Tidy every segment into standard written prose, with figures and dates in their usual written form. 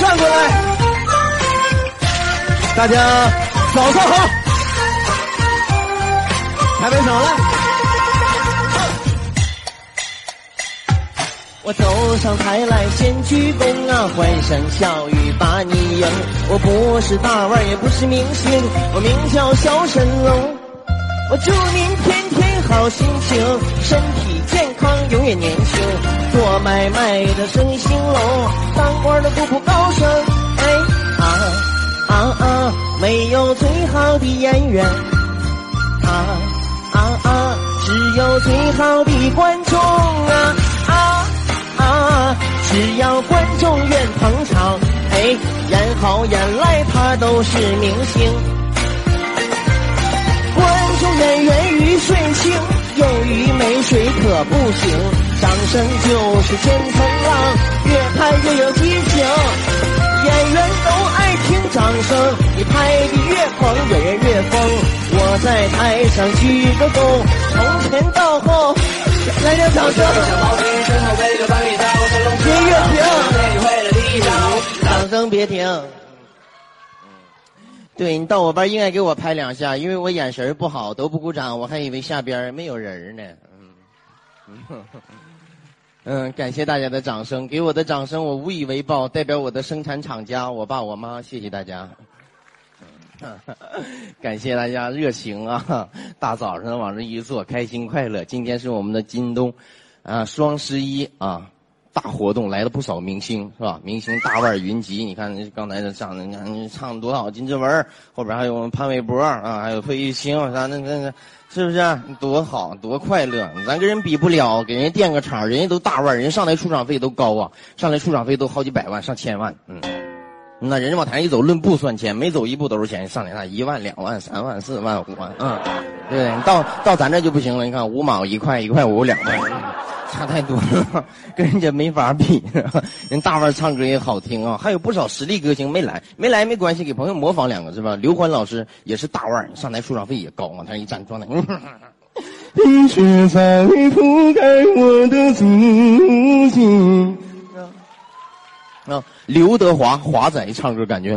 转过来，大家早上好，拍拍手来。我走上台来先鞠躬啊，欢声笑语把你迎。我不是大腕也不是明星，我名叫小神龙。我祝您天天好心情，身体健康永远年轻，做买卖的生意兴隆，当官的步步高升。没有最好的演员，只有最好的观众只要观众愿捧场，演好演赖他都是明星。观众演员鱼水清，有鱼没水可不行，掌声就是千层浪，越拍越有激情。演员都爱听掌声，你拍的越狂，演员越疯。我在台上鞠个躬，从前到后，来点掌声。别越停，掌声别停。对，你到我班应该给我拍2下，因为我眼神不好，都不鼓掌，我还以为下边没有人呢。感谢大家的掌声，给我的掌声我无以为报，代表我的生产厂家，我爸我妈，谢谢大家。感谢大家热情啊！大早上往这一坐，开心快乐。今天是我们的京东双11大活动，来了不少明星是吧？明星大腕云集，你看刚才这唱多好，金志文，后边还有我们潘玮柏还有费玉清啥那是不是多好多快乐？咱跟人比不了，给人垫个场，人家都大腕，人上来出场费都高啊，上来出场费都好几百万上千万。那人家往台一走论步算钱，每走一步都是钱，上来那1万2万3万4万5万对不对？到咱这就不行了，你看5毛1块1块5 2块，差太多了，跟人家没法比。人大腕唱歌也好听啊，还有不少实力歌星没来没关系，给朋友模仿2个是吧？刘欢老师也是大腕，上台出场费也高啊，他一站装的。你却在覆盖我的足迹。刘德华华仔唱歌感觉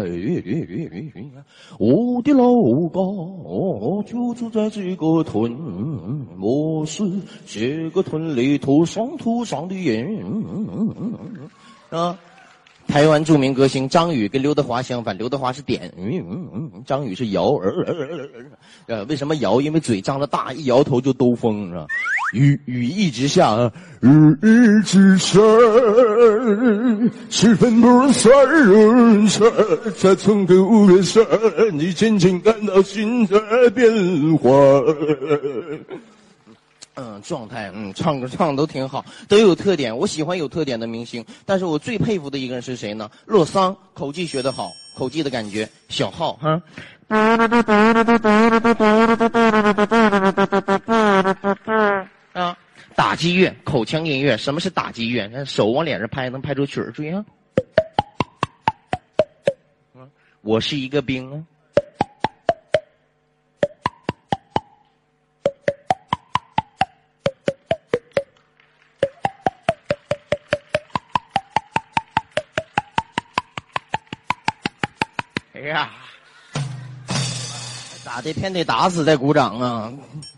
我的老家就住在这个屯，我是这个屯里土生的人台湾著名歌星张宇跟刘德华相反，刘德华是点，张宇是摇，为什么摇？因为嘴张得大，一摇头就兜风是吧？雨一直下，日一直下，10分不散，才从5月3，你渐渐感到心在变化。状态，唱歌唱的都挺好，都有特点。我喜欢有特点的明星，但是我最佩服的一个人是谁呢？洛桑，口技学得好，口技的感觉。小号，打击乐，口腔音乐。什么是打击乐？手往脸上拍，能拍出曲儿。注意啊！我是一个兵啊。哎呀，咋的？偏得打死再鼓掌啊！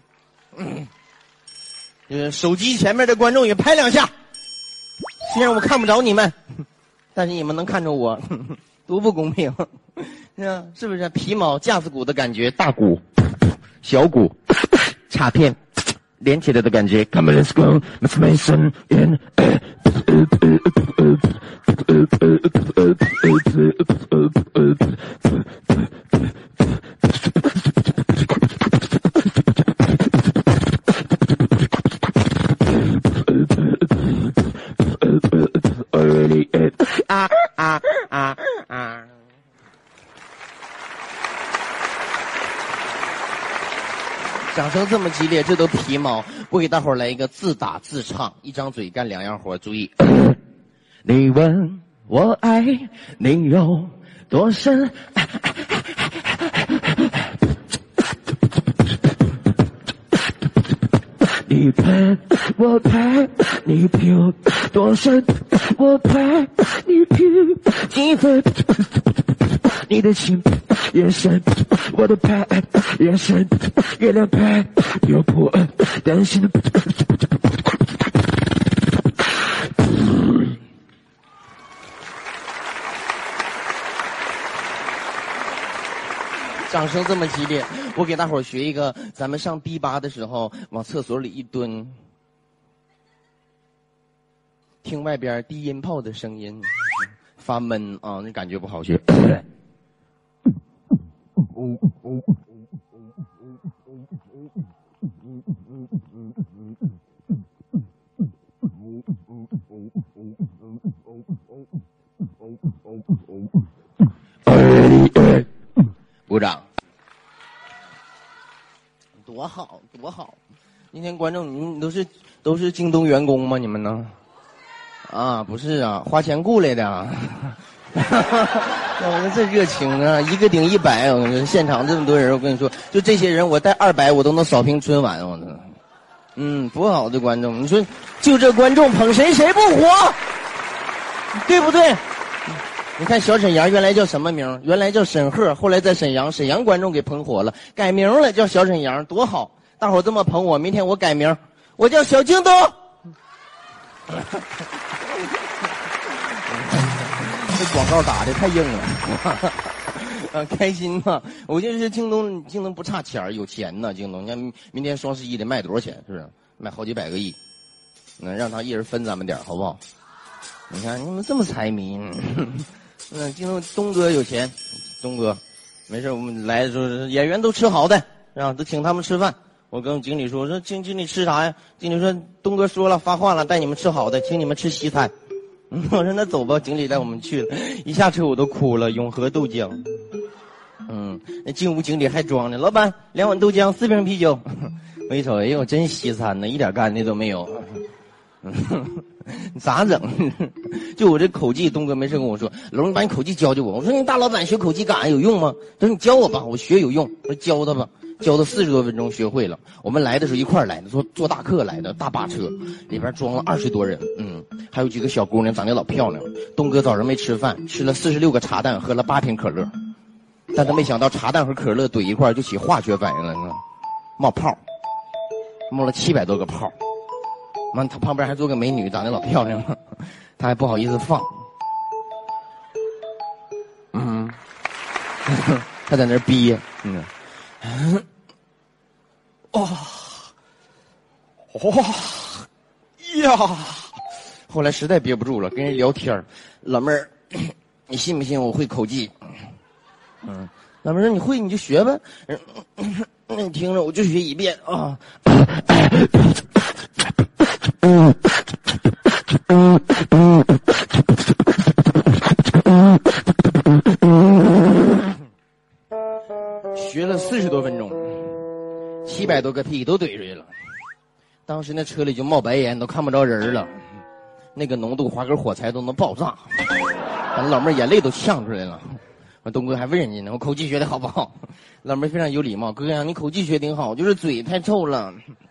手机前面的观众也拍2下，虽然我看不着你们，但是你们能看着我，多不公平，是不是？皮毛架子鼓的感觉，大鼓、小鼓、插片连起来的感觉。Come on, let's go, let's make some in. 掌声这么激烈，这都皮毛。我给大伙儿来一个自打自唱，一张嘴干2样活。注意，你问我爱你有多深，你陪我陪你有多深，我陪你一瓶几分，你的情眼神，我的拍眼神，月亮拍有破案，担心的。 掌声这么激烈，我给大伙儿学一个，咱们上 B8的时候往厕所里一蹲，听外边低音炮的声音，发闷啊，那感觉不好学。鼓掌，多好多好！今天观众，你们都是京东员工吗？你们呢？啊，不是啊，花钱雇来的啊。我们这热情啊，一个顶100，我跟你说，现场这么多人，我跟你说，就这些人，我带200我都能扫平春晚，我操！多好的观众！你说，就这观众捧谁谁不火，对不对？你看小沈阳原来叫什么名？原来叫沈鹤，后来在沈阳观众给捧火了，改名了叫小沈阳，多好！大伙这么捧我，明天我改名，我叫小京东。这广告打的太硬了，开心嘛！我就是京东不差钱，有钱呢。京东，你看明天双11得卖多少钱？是不是卖好几百个亿？让他一人分咱们点，好不好？你看你们这么财迷。京东东哥有钱，东哥，没事，我们来的时候演员都吃好的，都请他们吃饭。我跟经理说，我说经理吃啥呀？经理说东哥说了发话了，带你们吃好的，请你们吃西餐。我说那走吧，经理带我们去了，一下车我都哭了。永和豆浆，那进屋经理还装呢，老板2碗豆浆4瓶啤酒。我一瞅，哎呦，真西餐呢，一点干的都没有。咋整？就我这口技，东哥没事跟我说，龙，你把你口技教教我。我说你大老板学口技干啥有用吗？他说你教我吧，我学有用。我说教他吧，教他40多分钟学会了。我们来的时候一块儿来的，坐大客来的，大巴车里边装了20多人，还有几个小姑娘长得老漂亮。东哥早上没吃饭，吃了46个茶蛋，喝了8瓶可乐，但他没想到茶蛋和可乐怼一块儿就起化学反应了，你知道吗？冒泡，冒了700多个泡。完，他旁边还坐个美女，长得老漂亮了，他还不好意思放。他在那儿憋，呀！后来实在憋不住了，跟人聊天，老妹儿，你信不信我会口技？老妹儿说你会你就学呗。那你听着，我就学1遍啊。学了40多分钟，700多个屁都怼出去了。当时那车里就冒白烟，都看不着人了，那个浓度划根火柴都能爆炸，把老妹儿眼泪都呛出来了。我东哥还问人家呢，我口技学的好不好？老妹儿非常有礼貌，哥呀，你口技学挺好，就是嘴太臭了。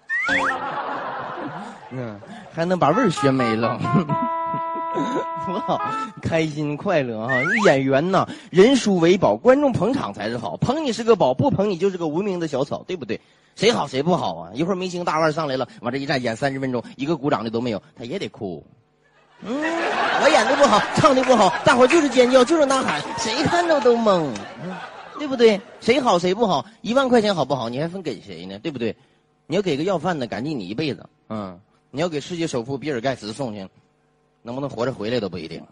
还能把味儿学没了。多好，开心快乐啊！演员呐，人书为宝，观众捧场才是好。捧你是个宝，不捧你就是个无名的小草，对不对？谁好谁不好啊？一会儿明星大腕上来了，往这一站演30分钟，一个鼓掌的都没有，他也得哭。我演的不好，唱的不好，大伙就是尖叫，就是呐喊，谁看着都懵，对不对？谁好谁不好？1万块钱好不好？你还分给谁呢？对不对？你要给个要饭的，感激你一辈子。你要给世界首富比尔盖茨送去，能不能活着回来都不一定。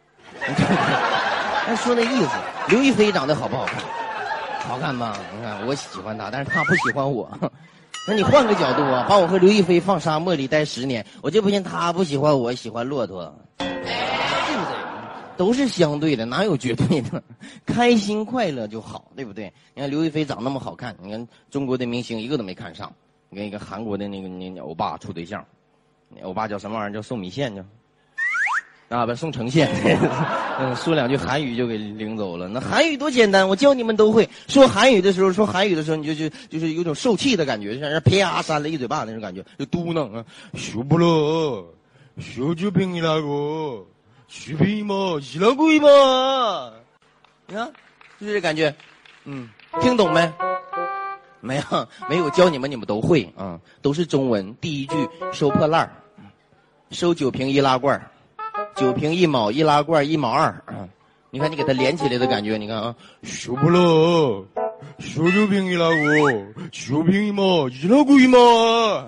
他说那意思，刘亦菲长得好不好看？好看吧？你看我喜欢她，但是她不喜欢我。那你换个角度啊，把我和刘亦菲放沙漠里待10年，我就不信她不喜欢我，喜欢骆驼，对不对？都是相对的，哪有绝对的？开心快乐就好，对不对？你看刘亦菲长那么好看，你看中国的明星一个都没看上，跟一个韩国的那个欧巴处对象。欧巴叫什么玩意儿？叫宋米线叫啊，不宋承宪。说2句韩语就给领走了。那韩语多简单，我教你们都会。说韩语的时候，你就是有种受气的感觉，像人啪扇了一嘴巴那种感觉，就嘟囔啊，学不了，学就凭你那个， 血瓶一毛一两贵嘛。你看，就这感觉，听懂没？没有，没有教你们，你们都会啊，都是中文。第一句收破烂儿，收酒瓶易拉罐，酒瓶1毛，易拉罐1毛2啊。你看你给它连起来的感觉，你看啊，收破烂，收酒瓶易拉罐，酒瓶1毛，易拉罐1毛。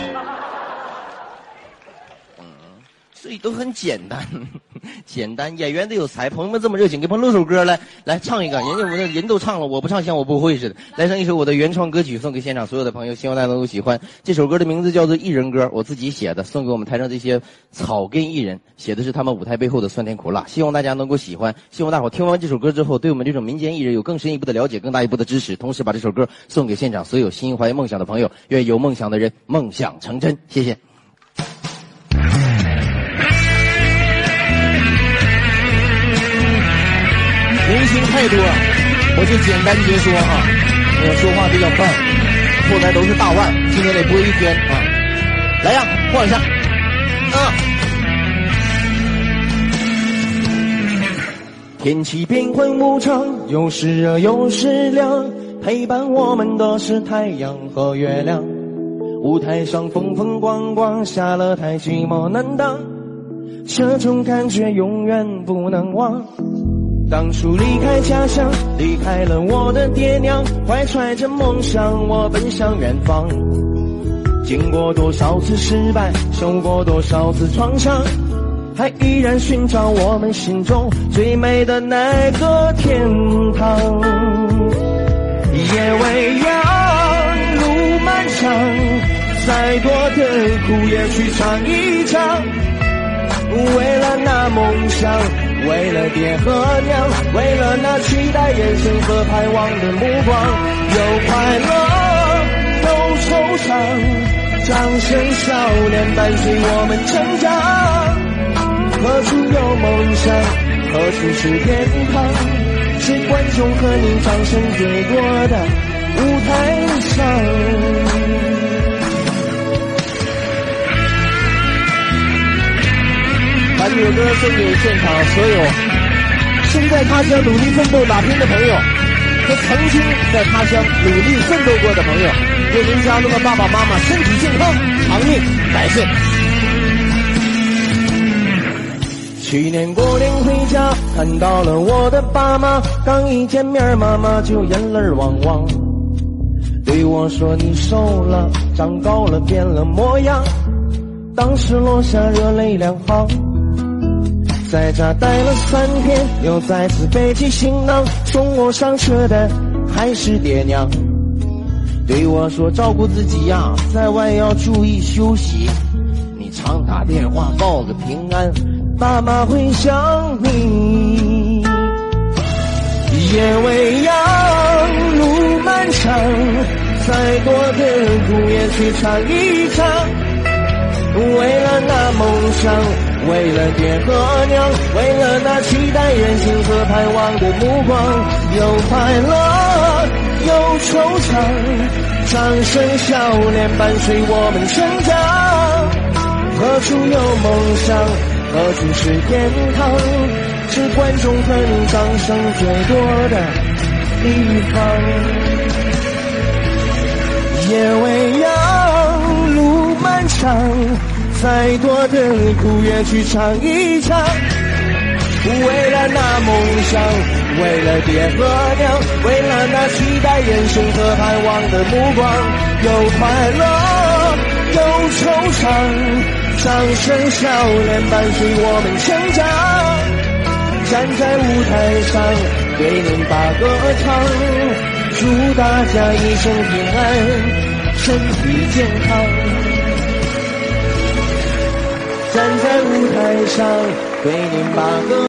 所以都很简单，简单。演员得有才，朋友们这么热情，给朋友录首歌来唱一个。人都唱了，我不唱像我不会似的。来唱一首我的原创歌曲，送给现场所有的朋友，希望大家能够喜欢。这首歌的名字叫做《艺人歌》，我自己写的，送给我们台上这些草根艺人，写的是他们舞台背后的酸甜苦辣，希望大家能够喜欢。希望大伙听完这首歌之后，对我们这种民间艺人有更深一步的了解，更大一步的支持。同时把这首歌送给现场所有心怀梦想的朋友，愿有梦想的人梦想成真。谢谢。明星太多，我就简单直说啊，我说话比较快，后台都是大腕，今天得播一天啊。来呀，晃一下，天气变幻无常，有时热有时凉，陪伴我们的是太阳和月亮。舞台上风风光光，下了台寂寞难当，这种感觉永远不能忘。当初离开家乡，离开了我的爹娘，怀揣着梦想，我奔向远方。经过多少次失败，受过多少次创伤，还依然寻找我们心中最美的那个天堂。夜未央，路漫长，再多的苦也去尝一尝。为了那梦想，为了爹和娘，为了那期待眼神和盼望的目光，有快乐，有惆怅，掌声笑脸伴随我们成长。何处有梦想，何处是天堂，是观众和你掌声最多的舞台上。把这首歌送给现场所有身在他乡努力奋斗打拼的朋友，和曾经在他乡努力奋斗过的朋友，愿您家中的爸爸妈妈身体健康，长命百岁。去年过年回家，看到了我的爸妈，刚一见面妈妈就眼泪汪汪，对我说你瘦了，长高了，变了模样，当时落下热泪两行。在家待了3天，又再次背起行囊，送我上车的还是爹娘，对我说照顾自己呀，在外要注意休息，你常打电话报个平安，爸妈会想你。夜未央，路漫长，再多的苦也去尝一尝，为了那梦想，为了爹和娘，为了那期待人心和盼望的目光，有快乐，有惆怅，掌声笑脸伴随我们成长。何处有梦想，何处是天堂，是观众和你掌声最多的地方。夜未央，路漫长，再多的苦也去尝一尝，为了那梦想，为了爹和娘，为了那期待眼神和盼望的目光，有快乐，有惆怅，掌声笑脸伴随我们成长。站在舞台上给您把歌唱，祝大家一生平安，身体健康。站在舞台上为您把歌